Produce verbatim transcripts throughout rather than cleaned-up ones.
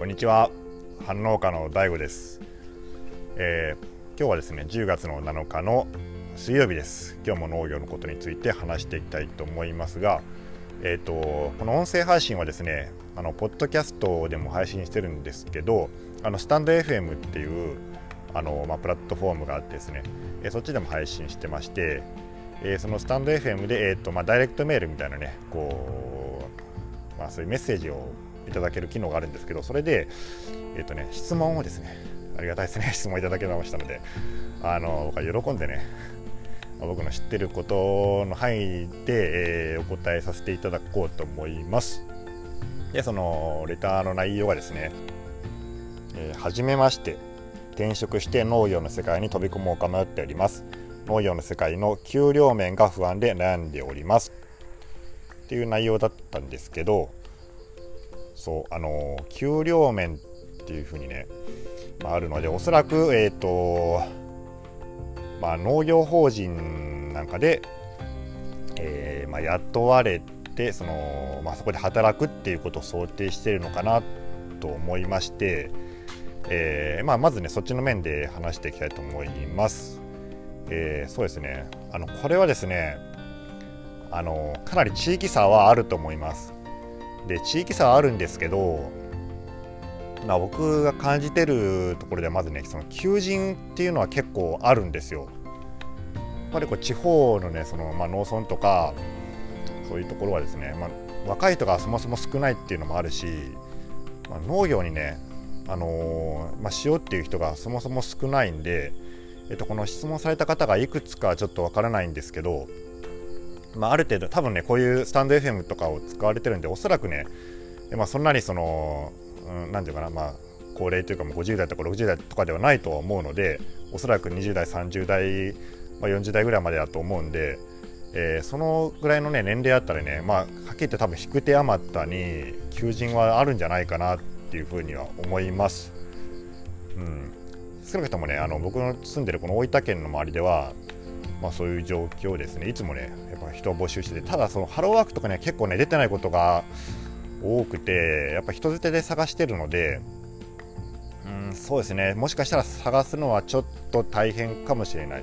こんにちは。半農家の ダイゴ です、えー、今日はですねじゅうがつのなのかの水曜日です。今日も農業のことについて話していきたいと思いますが、えーと、この音声配信はですねあのポッドキャストでも配信してるんですけど、あのスタンド エフエム っていうあの、まあ、プラットフォームがあってですね、えー、そっちでも配信してまして、えー、そのスタンド エフエム で、えーとまあ、ダイレクトメールみたいなねこう、まあ、そういうメッセージをいただける機能があるんですけど、それで、えーとね、質問をですね、ありがたいですね、質問いただけましたので、あの僕は喜んでね、僕の知ってることの範囲で、えー、お答えさせていただこうと思います。で、そのレターの内容がですね、えー、はじめまして、転職して農業の世界に飛び込もうか迷っております。農業の世界の給料面が不安で悩んでおりますっていう内容だったんですけど、そうあの給料面っていう風にね、まあ、あるので、おそらくえっとまあ農業法人なんかで、えーまあ、雇われてその、まあ、そこで働くっていうことを想定しているのかなと思いまして、えーまあ、まずねそっちの面で話していきたいと思います。えー、そうですねあのこれはですねあのかなり地域差はあると思います。で地域差はあるんですけど、まあ、僕が感じてるところではまずねその求人っていうのは結構あるんですよ。やっぱりこう地方のねその、まあ、農村とかそういうところはですね、まあ、若い人がそもそも少ないっていうのもあるし、まあ、農業にね、あのーまあ、しようっていう人がそもそも少ないんで、えっと、この質問された方がいくつかちょっとわからないんですけど、まあ、ある程度多分ねこういうスタンド エフエム とかを使われてるんで、おそらくね、まあ、そんなにその、うん、なんていうかな、まあ、高齢というかもうごじゅう代とかろくじゅう代とかではないとは思うので、おそらくにじゅう代さんじゅう代、まあ、よんじゅう代ぐらいまでだと思うんで、えー、そのぐらいの、ね、年齢あったらね、まあ、はっきり言って多分引く手あまったに求人はあるんじゃないかなっていうふうには思います。うん、少なくともねあの僕の住んでるこの大分県の周りでは、まあ、そういう状況ですね。いつもねやっぱ人を募集してて、ただそのハローワークとかね結構ね出てないことが多くて、やっぱ人づてで探してるので、うんそうですね、もしかしたら探すのはちょっと大変かもしれない。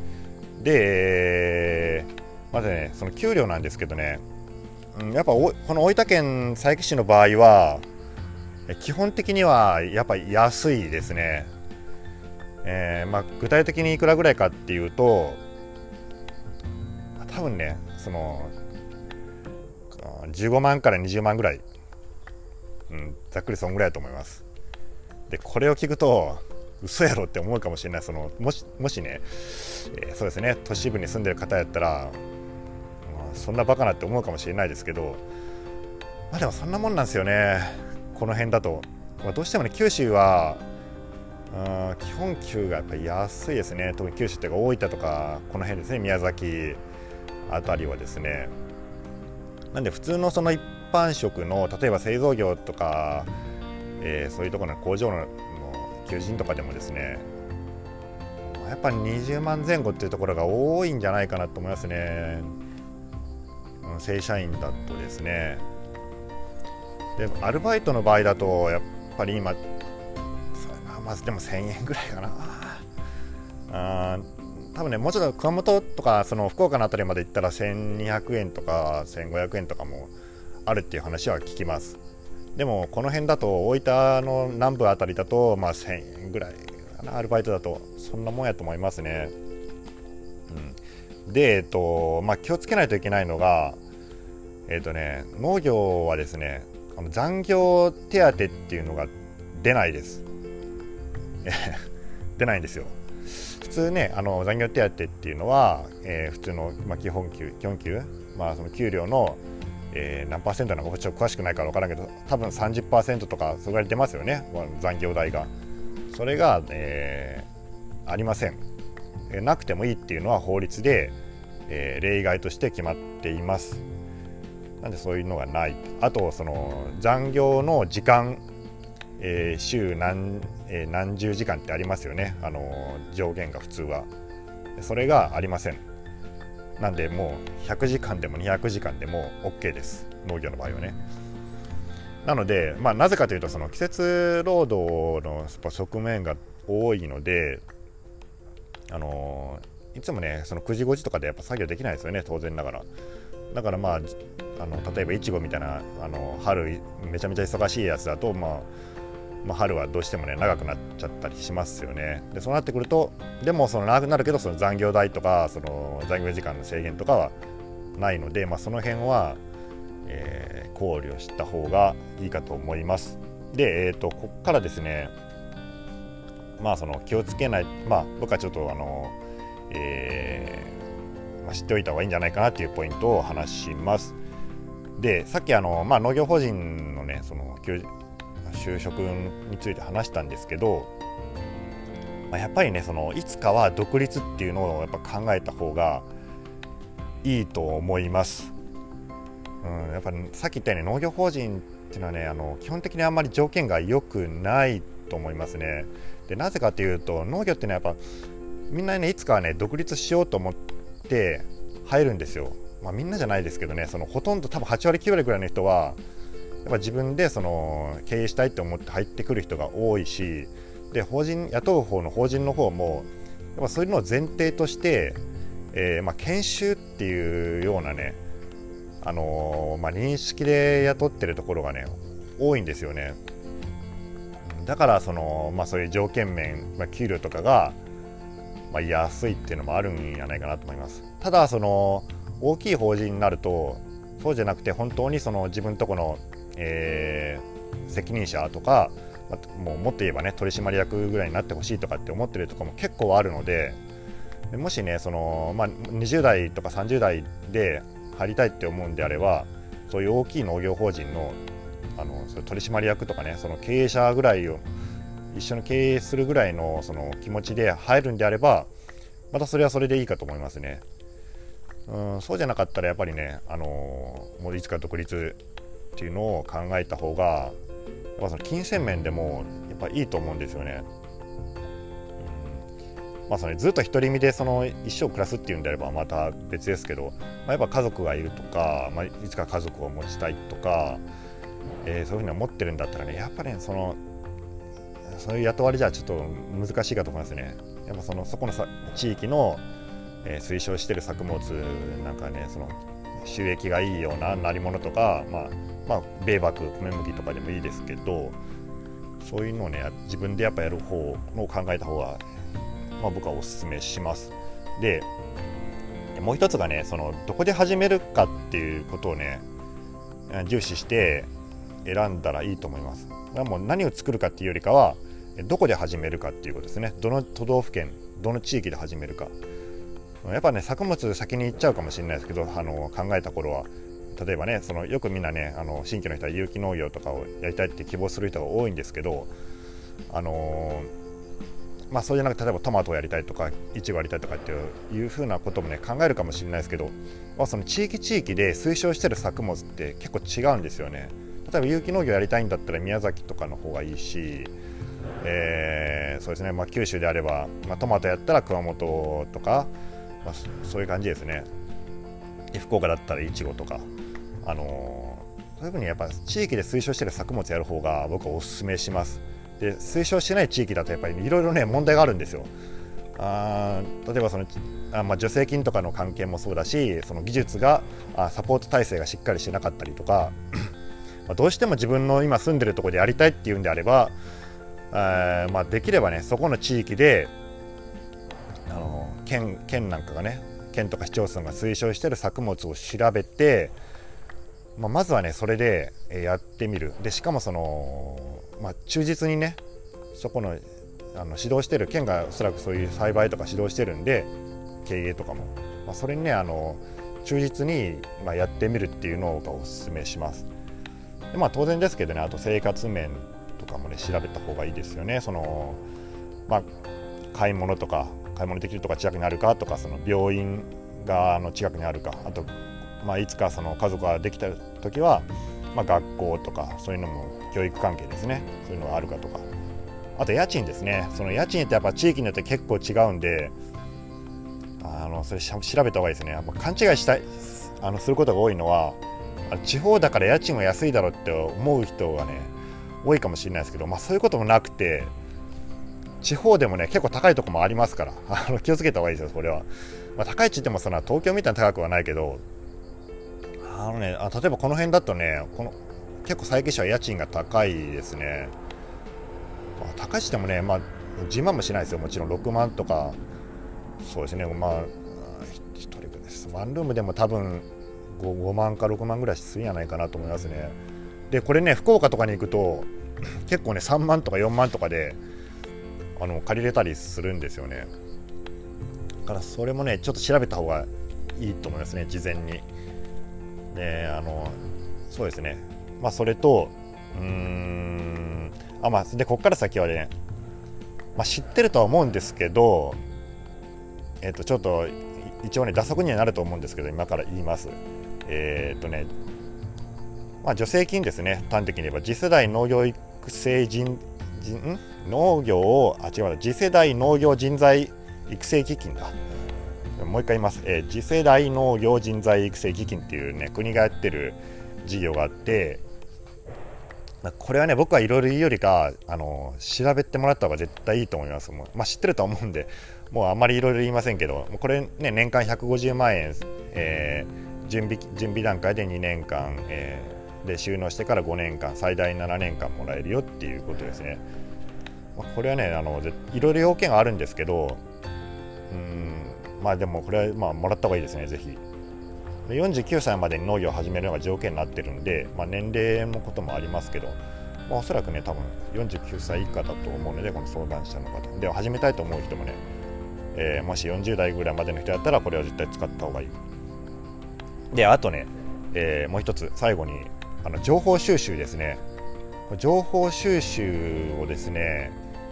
でまずねその給料なんですけどね、うん、やっぱこの大分県佐伯市の場合は基本的にはやっぱ安いですね。えーまあ、具体的にいくらぐらいかっていうと、多分ねそのじゅうごまんからにじゅうまんぐらい、うん、ざっくりそんぐらいだと思います。でこれを聞くと嘘やろって思うかもしれない。そのもしもしね、えー、そうですね都市部に住んでる方やったら、まあ、そんなバカなって思うかもしれないですけど、まあでもそんなもんなんですよねこの辺だと。まあ、どうしてもね九州はうん基本給がやっぱり安いですね。特に九州というか大分とかこの辺ですね、宮崎あたりはですね。なんで普通のその一般職の例えば製造業とか、えー、そういうところの工場の求人とかでもですね、やっぱりにじゅうまんぜん後っていうところが多いんじゃないかなと思いますね、うん、正社員だとですね。でアルバイトの場合だとやっぱり今まずでもせんえんぐらいかな。あ多分ねもうちょっと熊本とかその福岡のあたりまで行ったらせんにひゃくえんとかせんごひゃくえんとかもあるっていう話は聞きます。でもこの辺だと大分の南部あたりだとまあせんえんぐらいかな、アルバイトだとそんなもんやと思いますね。うん、でえっとまあ気をつけないといけないのが、えっとね農業はですねあの残業手当っていうのが出ないです。出ないんですよ。普通ねあの残業手当っていうのは、えー、普通の、まあ、基本給基本給、まあ、その給料の、えー、何パーセントなのかちょっと詳しくないから分からんけど、多分 さんじゅっパーセント とかそれぐらい出ますよね、残業代が。それが、えー、ありません、えー、なくてもいいっていうのは法律で、えー、例外として決まっています。なんでそういうのがない。あとその残業の時間、えー、週 何,、えー、何十時間ってありますよね、あのー、上限が普通は。それがありません。なんでもうひゃくじかんでもにひゃくじかんでも OK です、農業の場合はね。 なので、まあ、なぜかというとその季節労働の側面が多いので、あのいつもねそのくじごじとかでやっぱ作業できないですよね、当然ながら。だからまあ、あの例えばいちごみたいなあの春めちゃめちゃ忙しいやつだと、まあ、まあ春はどうしてもね長くなっちゃったりしますよね。でそうなってくると、でもその長くなるけどその残業代とかその残業時間の制限とかはないので、まあ、その辺は、えー、考慮した方がいいかと思います。で、えーと、ここからですね、まあその気をつけない、まあ僕はちょっとあの、えーまあ、知っておいた方がいいんじゃないかなっていうポイントを話します。で、さっきあの、まあ、農業法人のねその就職について話したんですけど、まあ、やっぱりねそのいつかは独立っていうのをやっぱ考えた方がいいと思います。うん、やっぱりさっき言ったように農業法人っていうのはねあの基本的にあんまり条件が良くないと思いますね。でなぜかというと、農業っていうのはやっぱみんなねいつかはね独立しようと思って入るんですよ。まあ、みんなじゃないですけどね、そのほとんど多分はちわりきゅうわりぐらいの人はやっぱ自分でその経営したいと思って入ってくる人が多いし、で法人雇う方の法人の方もやっぱそういうのを前提として、えーまあ、研修っていうようなね、あのーまあ、認識で雇ってるところがね多いんですよね。だからその、まあ、そういう条件面、まあ、給料とかが、まあ、安いっていうのもあるんじゃないかなと思います。ただその大きい法人になるとそうじゃなくて、本当にその自分とこの、えー、責任者とか、もうもっと言えばね取締役ぐらいになってほしいとかって思ってるとかも結構あるので、もしねその、まあ、にじゅうだいとかさんじゅうだいで入りたいって思うんであれば、そういう大きい農業法人の、あのそ取締役とかね、その経営者ぐらいを一緒に経営するぐらいのその気持ちで入るんであれば、またそれはそれでいいかと思いますね。うん、そうじゃなかったらやっぱりね、あのもういつか独立っていうのを考えた方が、やっぱその金銭面でもやっぱいいと思うんですよね。うん、まあそのずっと独り身でその一生暮らすっていうんであればまた別ですけど、まあ、やっぱ家族がいるとか、まあ、いつか家族を持ちたいとか、えー、そういうふうに思ってるんだったらね、やっぱり、ね、そのそういう雇われじゃちょっと難しいかと思いますね。やっぱそのそこのさ地域のえー、推奨している作物なんかね、その収益がいいような成り物とか、まあまあ、米麦米麦とかでもいいですけど、そういうのをね自分でやっぱやる方のを考えた方が、まあ、僕はおすすめします。でもう一つがね、そのどこで始めるかっていうことをね重視して選んだらいいと思います。もう何を作るかっていうよりかはどこで始めるかっていうことですね。どの都道府県どの地域で始めるか。やっぱね作物先に行っちゃうかもしれないですけど、あの考えた頃は例えばね、そのよくみんなねあの新規の人は有機農業とかをやりたいって希望する人が多いんですけど、あのー、まあそうじゃなくて例えばトマトをやりたいとかイチゴやりたいとかっていういうふうなこともね考えるかもしれないですけど、まあ、その地域地域で推奨してる作物って結構違うんですよね。例えば有機農業やりたいんだったら宮崎とかの方がいいし、えー、そうですね、まあ、九州であれば、まあ、トマトやったら熊本とか、まあ、そういう感じですね。福岡だったらイチゴとか、あのー、そういうふうにやっぱ地域で推奨している作物やる方が僕はおすすめします。で推奨してない地域だとやっぱりいろいろね問題があるんですよ。あ例えばそのあ、まあ、助成金とかの関係もそうだし、その技術があサポート体制がしっかりしてなかったりとかまあどうしても自分の今住んでるところでやりたいっていうんであれば、あまあできればねそこの地域であの 県, 県なんかがね県とか市町村が推奨している作物を調べて、まあ、まずはねそれでやってみる。でしかもその、まあ、忠実にねそこの、あの指導している県がおそらくそういう栽培とか指導してるんで、経営とかも、まあ、それにねあの忠実に、まあ、やってみるっていうのをおすすめします。で、まあ、当然ですけどね、あと生活面とかもね調べた方がいいですよね。その、まあ、買い物とか買い物できるとか近くにあるかとか、その病院があの近くにあるか、あと、まあ、いつかその家族ができた時は、まあ、学校とかそういうのも教育関係ですね、そういうのがあるかとか、あと家賃ですね。その家賃ってやっぱ地域によって結構違うんで、あのそれ調べた方がいいですね。やっぱ勘違いしたいあのすることが多いのは、 地方だから家賃は安いだろうって思う人がね多いかもしれないですけど、まあ、そういうこともなくて、地方でもね結構高いところもありますから、あの気をつけた方がいいですよこれは。まあ、高いって言ってもその東京みたいに高くはないけど、あのね、あ例えばこの辺だとね、この結構佐伯市は家賃が高いですね。まあ、高いって言ってもね、まあ、じゅうまんもしないですよ。もちろんろくまんとか、そうですね、まあひとりです。ワンルームでも多分 5, ごまんかろくまんぐらいするんじゃないかなと思いますね。でこれね、福岡とかに行くと結構ねさんまんとかよんまんとかであの借りれたりするんですよね。だからそれもねちょっと調べた方がいいと思いますね、事前に。であのそうですね、まあそれとうーんあまあでここから先はね、まあ、知ってるとは思うんですけど、えっとちょっと一応ね打足にはなると思うんですけど、今から言います。えー、っとねまあ助成金ですね。端的に言えば次世代農業育成人人農業をあ違う次世代農業人材育成基金だ。もう一回言います、えー、次世代農業人材育成基金っていうね国がやってる事業があって、これはね僕はいろいろ言うよりかあの調べてもらった方が絶対いいと思います。もう、まあ、知ってると思うんでもうあんまりいろいろ言いませんけど、これね年間ひゃくごじゅうまんえん、えー、準備準備段階でにねんかん、えー、で収納してからごねんかん最大ななねんかんもらえるよっていうことですね。まあ、これはねあのいろいろ要件があるんですけど、うーんまあでもこれはまあもらった方がいいですね、ぜひ。よんじゅうきゅうさいまでに農業を始めるのが条件になってるんで、まあ、年齢のこともありますけど、まあ、おそらくね多分よんじゅうきゅうさい以下だと思うので、この相談者の方で始めたいと思う人もね、えー、もしよんじゅうだいぐらいまでの人だったらこれは絶対使った方がいい。であとね、えー、もう一つ最後にあの情報収集ですね。情報収集をですね、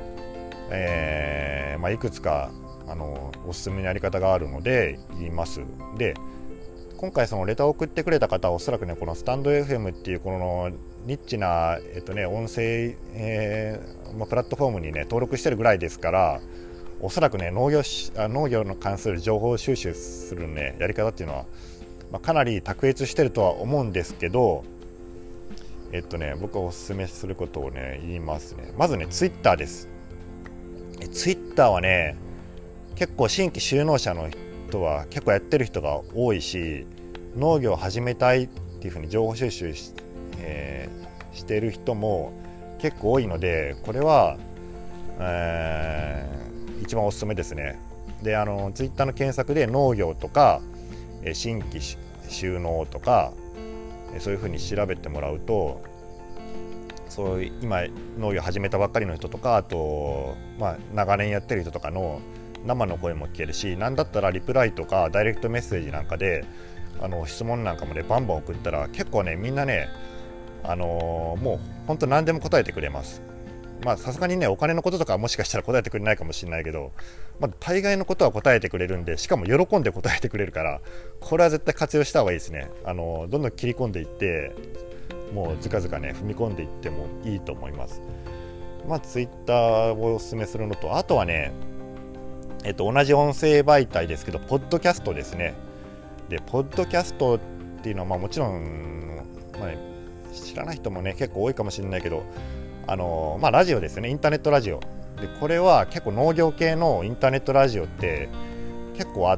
えーまあ、いくつかあのおすすめのやり方があるので言います。で今回そのレターを送ってくれた方はおそらくねこのスタンド エフエム っていうこのニッチな、えっとね、音声、えーまあ、プラットフォームにね登録してるぐらいですから、おそらくね農業し農業の関する情報収集するねやり方っていうのは、まあ、かなり卓越してるとは思うんですけど、えっとね僕がおすすめすることをね言いますね。まずねツイッターです。ツイッターはね結構新規就農者の人は結構やってる人が多いし、農業を始めたいっていうふうに情報収集 し,、えー、してる人も結構多いので、これは、えー、一番おすすめですね。であのツイッターの検索で農業とか新規就農とかそういうふうに調べてもらうと、そういう今農業始めたばっかりの人とか、あと、まあ、長年やってる人とかの生の声も聞けるし、なんだったらリプライとかダイレクトメッセージなんかであの質問なんかもねバンバン送ったら結構ねみんなね、あのー、もう本当何でも答えてくれます。まあさすがにねお金のこととかはもしかしたら答えてくれないかもしれないけど、まあ、大概のことは答えてくれるんで、しかも喜んで答えてくれるから、これは絶対活用した方がいいですね。あのー、どんどん切り込んでいってもうずかずかね踏み込んでいってもいいと思います。まあツイッターをおすすめするのと、あとはねえっと、同じ音声媒体ですけどポッドキャストですね。でポッドキャストっていうのは、まあ、もちろん、まあ、知らない人もね結構多いかもしれないけど、あの、まあ、ラジオですね、インターネットラジオで、これは結構農業系のインターネットラジオって結構あって、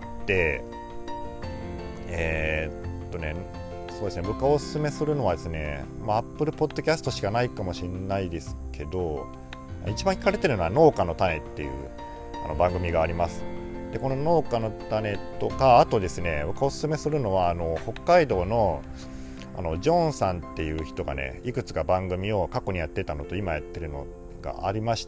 えー、っとねそうですね、僕がおすすめするのはですね、まあ、Apple Podcast しかないかもしれないですけど、一番聞かれてるのは農家の種っていうあの番組があります。でこの農家の種とか、あとですね僕おすすめするのはあの北海道のあのジョンさんっていう人がねいくつか番組を過去にやってたのと今やってるのがありまして、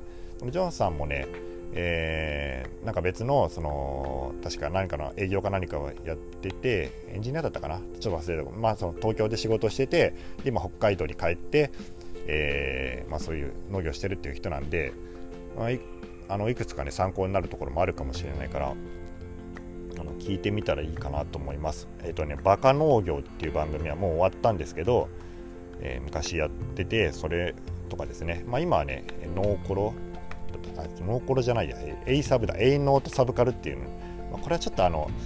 このジョンさんもね、えー、なんか別のその確か何かの営業か何かをやってて、エンジニアだったかなちょっと忘れたけど、まあその東京で仕事をしてて今北海道に帰って、えーまあ、そういう農業してるっていう人なんで、まああのいくつかね参考になるところもあるかもしれないから、あの聞いてみたらいいかなと思います。えっとねバカ農業っていう番組はもう終わったんですけど、えー、昔やってて、それとかですね、まあ今はねノーコロノーコロじゃないやエイサブだエイノートサブカルっていうの、まあ、これはちょっとあの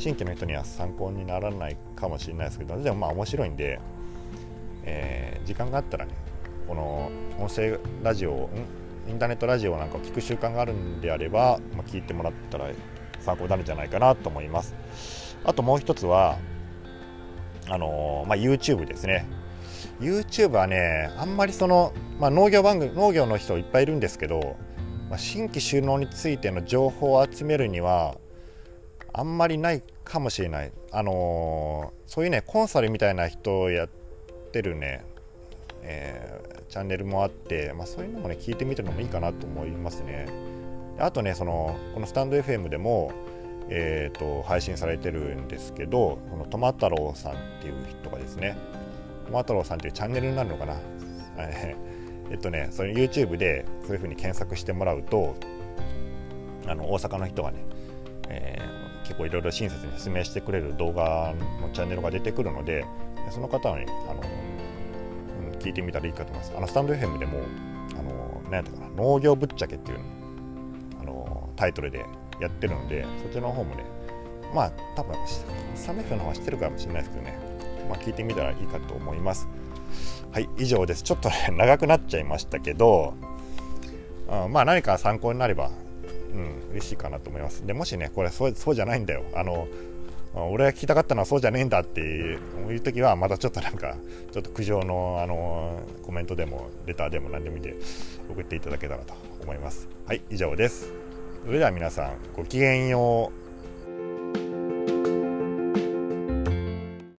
新規の人には参考にならないかもしれないですけど、でもまあ面白いんで、えー、時間があったらね、この音声ラジオ、インターネットラジオなんかを聞く習慣があるんであれば、まあ、聞いてもらったら参考になるんじゃないかなと思います。あともう一つはあのーまあ、YouTube ですね。 YouTube はね、あんまりその、まあ、農業番組農業の人いっぱいいるんですけど、まあ、新規就農についての情報を集めるにはあんまりないかもしれない。あのー、そういうねコンサルみたいな人をやってるね、えー、チャンネルもあって、まあ、そういうのもね聞いてみてるのもいいかなと思いますね。あとね、そのこのスタンド エフエム でも、えー、と配信されてるんですけど、このトマ太郎さんっていう人がですね、トマ太郎さんっていうチャンネルになるのかな、えっとねそれ YouTube でそういう風に検索してもらうと、あの大阪の人がね、えー、結構いろいろ親切に説明してくれる動画のチャンネルが出てくるので、その方はね、あの、うん、聞いてみたらいいかと思います。あのスタンド エフエム でも、あの何やったかな、農業ぶっちゃけっていうあのタイトルでやってるので、そっちの方もね、まあ多分スタンド エフエム の方は知ってるかもしれないですけどね、まあ、聞いてみたらいいかと思います。はい、以上です。ちょっとね長くなっちゃいましたけど、うん、まあ何か参考になれば、うん、嬉しいかなと思います。でもしねこれそうそうじゃないんだよ、あの俺が聞きたかったのはそうじゃねえんだっていう時は、またちょっとなんかちょっと苦情のあのコメントでもレターでも何でもいいんで送っていただけたらと思います。はい、以上です。それでは皆さんごきげんよう。